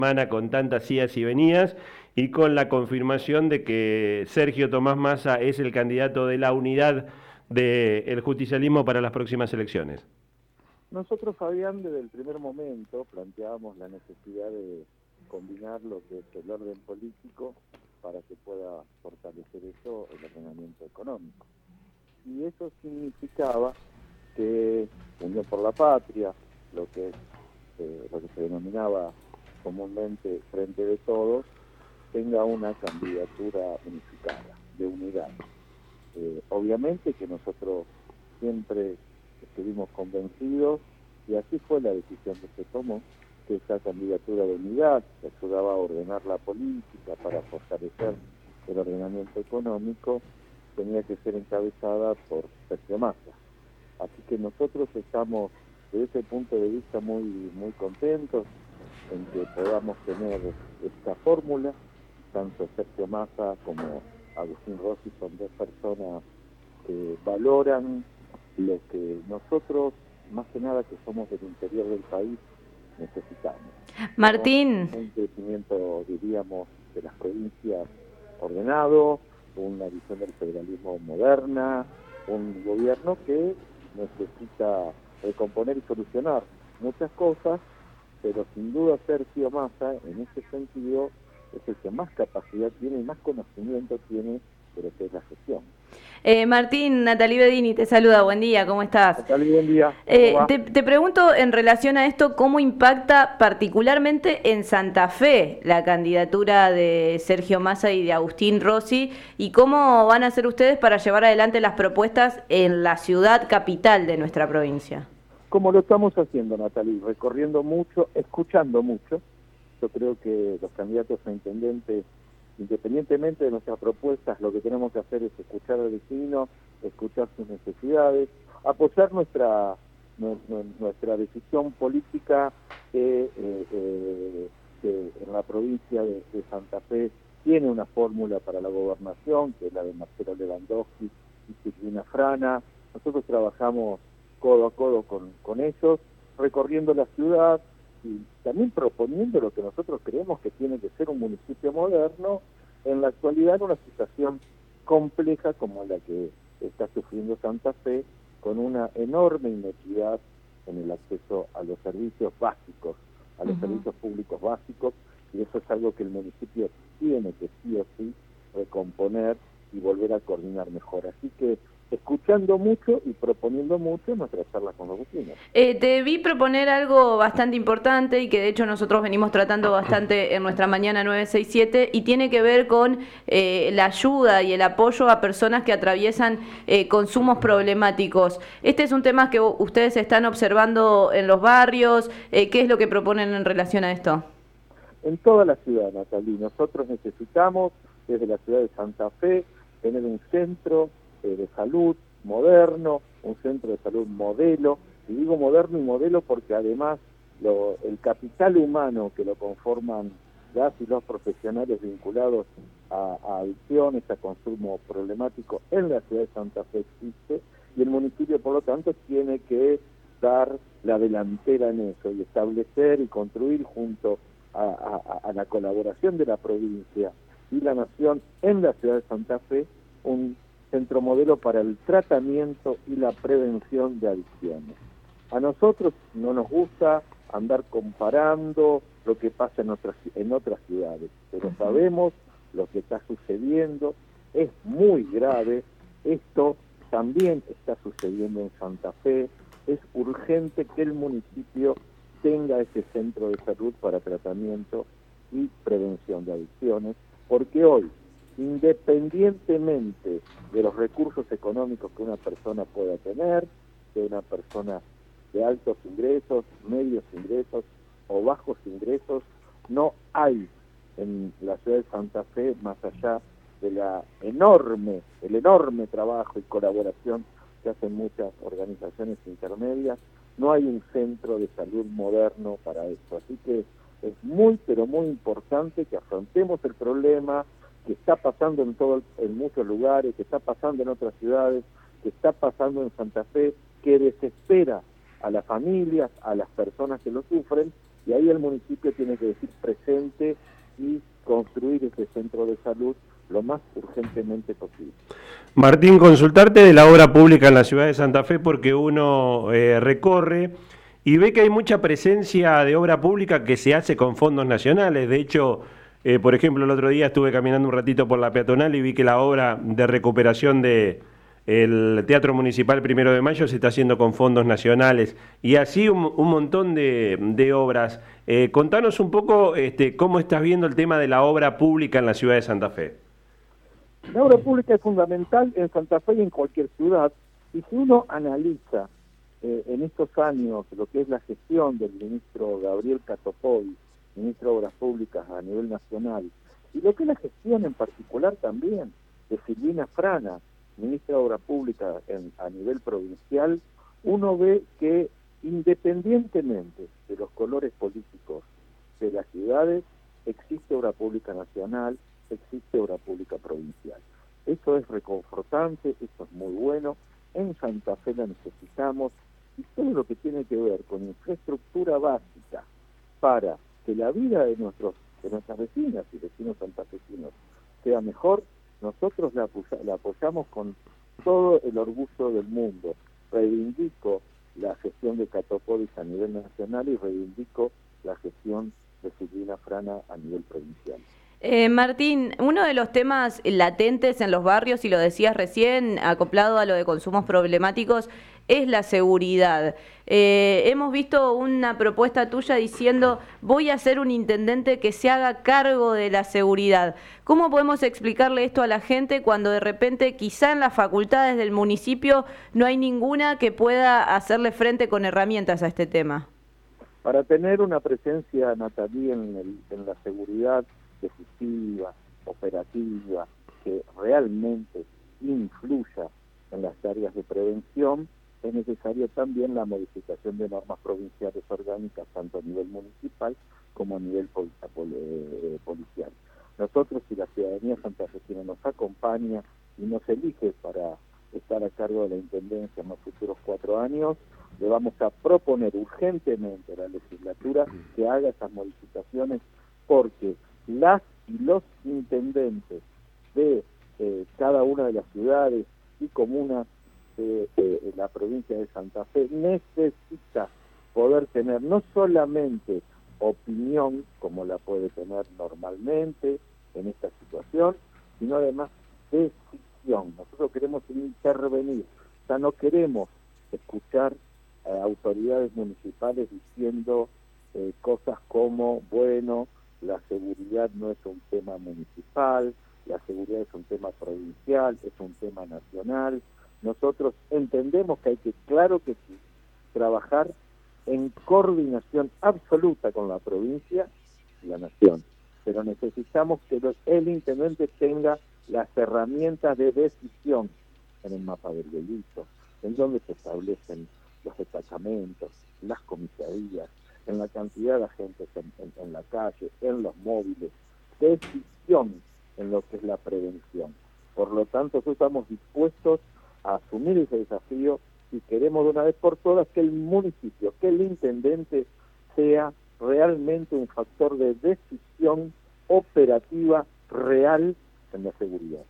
semana con tantas idas y venidas y con la confirmación de que Sergio Tomás Massa es el candidato de la unidad del justicialismo para las próximas elecciones. Nosotros, Fabián, desde el primer momento planteábamos la necesidad de combinar lo que es el orden político para que pueda fortalecer eso el ordenamiento económico. Y eso significaba que Unión por la Patria, lo que se denominaba comúnmente Frente de Todos, tenga una candidatura unificada, de unidad. Obviamente que nosotros siempre estuvimos convencidos, y así fue la decisión que se tomó, que esa candidatura de unidad que ayudaba a ordenar la política para fortalecer el ordenamiento económico tenía que ser encabezada por Sergio Massa. Así que nosotros estamos desde ese punto de vista muy contentos en que podamos tener esta fórmula. Tanto Sergio Massa como Agustín Rossi son dos personas que valoran lo que nosotros, más que nada que somos del interior del país, necesitamos. Martín. Un crecimiento, diríamos, de las provincias ordenado, una visión del federalismo moderna, un gobierno que necesita recomponer y solucionar muchas cosas, pero sin duda Sergio Massa, en ese sentido, es el que más capacidad tiene y más conocimiento tiene de lo que es la gestión. Martín, Natalie Bedini te saluda, buen día, ¿cómo estás? Natalie, buen día. Te pregunto en relación a esto, ¿cómo impacta particularmente en Santa Fe la candidatura de Sergio Massa y de Agustín Rossi? ¿Y cómo van a hacer ustedes para llevar adelante las propuestas en la ciudad capital de nuestra provincia? Como lo estamos haciendo, Natalie, recorriendo mucho, escuchando mucho. Yo creo que los candidatos a intendentes, independientemente de nuestras propuestas, lo que tenemos que hacer es escuchar al vecino, escuchar sus necesidades, apoyar nuestra decisión política que en la provincia de Santa Fe tiene una fórmula para la gobernación, que es la de Marcelo Lewandowski y Silvina Frana. Nosotros trabajamos codo a codo con ellos, recorriendo la ciudad, y también proponiendo lo que nosotros creemos que tiene que ser un municipio moderno, en la actualidad en una situación compleja como la que está sufriendo Santa Fe, con una enorme inequidad en el acceso a los servicios básicos, a los servicios públicos básicos, y eso es algo que el municipio tiene que sí o sí recomponer y volver a coordinar mejor. Así que escuchando mucho y proponiendo mucho en nuestra charla con los vecinos. Te vi proponer algo bastante importante y que de hecho nosotros venimos tratando bastante en nuestra mañana 967 y tiene que ver con la ayuda y el apoyo a personas que atraviesan consumos problemáticos. Este es un tema que ustedes están observando en los barrios. ¿Qué es lo que proponen en relación a esto? En toda la ciudad, Natalie, nosotros necesitamos desde la ciudad de Santa Fe tener un centro de salud moderno, un centro de salud modelo, y digo moderno y modelo porque además el capital humano que lo conforman las y los profesionales vinculados a adicciones, a consumo problemático en la ciudad de Santa Fe existe, y el municipio por lo tanto tiene que dar la delantera en eso y establecer y construir junto a la colaboración de la provincia y la nación en la ciudad de Santa Fe un centro modelo para el tratamiento y la prevención de adicciones. A nosotros no nos gusta andar comparando lo que pasa en otras ciudades, pero sabemos lo que está sucediendo, es muy grave, esto también está sucediendo en Santa Fe, es urgente que el municipio tenga ese centro de salud para tratamiento y prevención de adicciones, porque hoy, independientemente de los recursos económicos que una persona pueda tener, de una persona de altos ingresos, medios ingresos o bajos ingresos, no hay en la ciudad de Santa Fe, más allá de el enorme trabajo y colaboración que hacen muchas organizaciones intermedias, no hay un centro de salud moderno para eso. Así que es muy, pero muy importante que afrontemos el problema que está pasando en muchos lugares, que está pasando en otras ciudades, que está pasando en Santa Fe, que desespera a las familias, a las personas que lo sufren, y Y ahí el municipio tiene que decir presente y construir ese centro de salud lo más urgentemente posible. Martín, consultarte de la obra pública en la ciudad de Santa Fe, porque uno recorre y ve que hay mucha presencia de obra pública que se hace con fondos nacionales. De hecho, por ejemplo, el otro día estuve caminando un ratito por la peatonal y vi que la obra de recuperación de el Teatro Municipal 1 de Mayo se está haciendo con fondos nacionales, y así un montón de obras. Contanos un poco cómo estás viendo el tema de la obra pública en la ciudad de Santa Fe. La obra pública es fundamental en Santa Fe y en cualquier ciudad, y si uno analiza en estos años lo que es la gestión del ministro Gabriel Catopodis, ministro de Obras Públicas a nivel nacional, y lo que es la gestión en particular también de Silvina Frana, ministra de Obras Públicas a nivel provincial, uno ve que independientemente de los colores políticos de las ciudades, existe obra pública nacional, existe obra pública provincial. Eso es reconfortante, eso es muy bueno. En Santa Fe la necesitamos, y todo lo que tiene que ver con infraestructura básica para que la vida de nuestras vecinas y vecinos santafesinos sea mejor, nosotros la apoyamos con todo el orgullo del mundo. Reivindico la gestión de Catopodis a nivel nacional y reivindico la gestión de Silvina Frana a nivel provincial. Martín, uno de los temas latentes en los barrios, y lo decías recién, acoplado a lo de consumos problemáticos, es la seguridad. Hemos visto una propuesta tuya diciendo: voy a ser un intendente que se haga cargo de la seguridad. ¿Cómo podemos explicarle esto a la gente cuando de repente quizá en las facultades del municipio no hay ninguna que pueda hacerle frente con herramientas a este tema? Para tener una presencia, Natalie, en la seguridad decisiva, operativa, que realmente influya en las áreas de prevención, es necesaria también la modificación de normas provinciales orgánicas, tanto a nivel municipal como a nivel policial. Nosotros, si la ciudadanía santafesina nos acompaña y nos elige para estar a cargo de la Intendencia en los futuros 4 años, le vamos a proponer urgentemente a la legislatura que haga esas modificaciones, porque las y los intendentes de cada una de las ciudades y comunas de la provincia de Santa Fe necesita poder tener no solamente opinión, como la puede tener normalmente en esta situación, sino además decisión. Nosotros queremos intervenir, o sea, no queremos escuchar autoridades municipales diciendo cosas como, bueno, la seguridad no es un tema municipal, la seguridad es un tema provincial, es un tema nacional. Nosotros entendemos que hay que, claro que sí, trabajar en coordinación absoluta con la provincia y la nación, pero necesitamos que el intendente tenga las herramientas de decisión en el mapa del delito, en donde se establecen los destacamentos, las comisarías, en la cantidad de agentes en la calle, en los móviles, decisión en lo que es la prevención. Por lo tanto, nosotros estamos dispuestos a asumir ese desafío y queremos de una vez por todas que el municipio, que el intendente sea realmente un factor de decisión operativa real en la seguridad.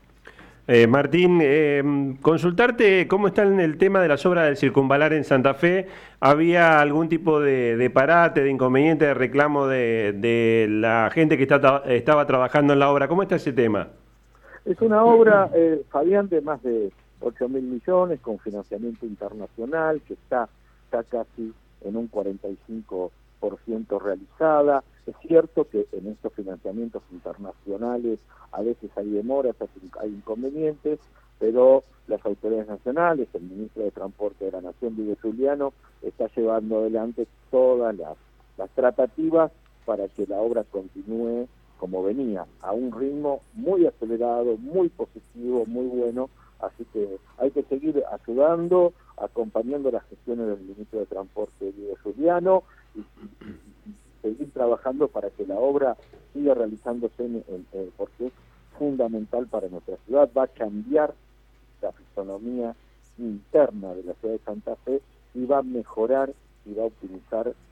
Martín, consultarte cómo está en el tema de las obras del circunvalar en Santa Fe. ¿Había algún tipo de parate, de inconveniente, de reclamo de la gente que estaba trabajando en la obra? ¿Cómo está ese tema? Es una obra, Fabián, de más de 8.000 millones, con financiamiento internacional, que está casi en un 45% realizada. Es cierto que en estos financiamientos internacionales a veces hay demoras, hay inconvenientes, pero las autoridades nacionales, el ministro de Transporte de la Nación, Diego Giuliano, está llevando adelante todas las tratativas para que la obra continúe como venía, a un ritmo muy acelerado, muy positivo, muy bueno. Así que hay que seguir ayudando, acompañando las gestiones del ministro de Transporte, Diego Giuliano, y seguir trabajando para que la obra siga realizándose, porque es fundamental para nuestra ciudad. Va a cambiar la fisonomía interna de la ciudad de Santa Fe y va a mejorar y va a optimizar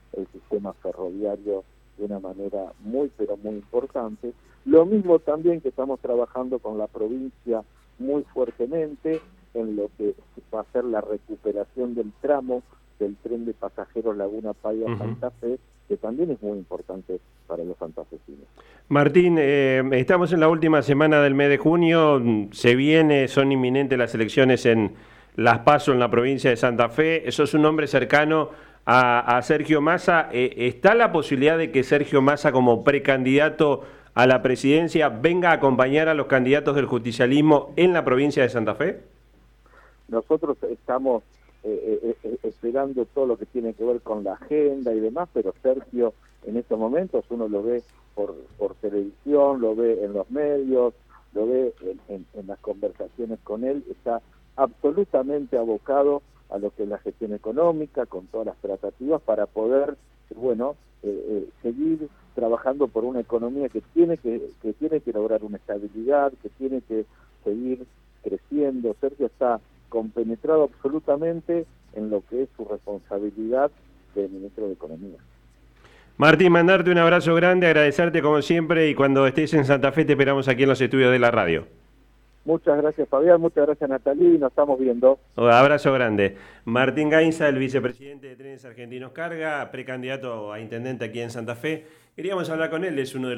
el sistema ferroviario de una manera muy, pero muy importante. Lo mismo también que estamos trabajando con la provincia muy fuertemente en lo que va a ser la recuperación del tramo del tren de pasajeros Laguna Paya Santa Fe, que también es muy importante para los santafesinos. Martín, estamos en la última semana del mes de junio, son inminentes las elecciones en Las PASO en la provincia de Santa Fe, sos un hombre cercano a Sergio Massa, ¿está la posibilidad de que Sergio Massa como precandidato a la presidencia venga a acompañar a los candidatos del justicialismo en la provincia de Santa Fe? Nosotros estamos esperando todo lo que tiene que ver con la agenda y demás, pero Sergio en estos momentos uno lo ve por televisión, lo ve en los medios, lo ve en las conversaciones con él, está absolutamente abocado a lo que es la gestión económica, con todas las tratativas para poder, seguir trabajando por una economía que tiene que lograr una estabilidad, que tiene que seguir creciendo. Sergio está compenetrado absolutamente en lo que es su responsabilidad de ministro de Economía. Martín, mandarte un abrazo grande, agradecerte como siempre y cuando estés en Santa Fe te esperamos aquí en los estudios de la radio. Muchas gracias, Fabián, muchas gracias, Natalí, nos estamos viendo. Un abrazo grande. Martín Gainza, el vicepresidente de Trenes Argentinos Carga, precandidato a intendente aquí en Santa Fe. Queríamos hablar con él, es uno de los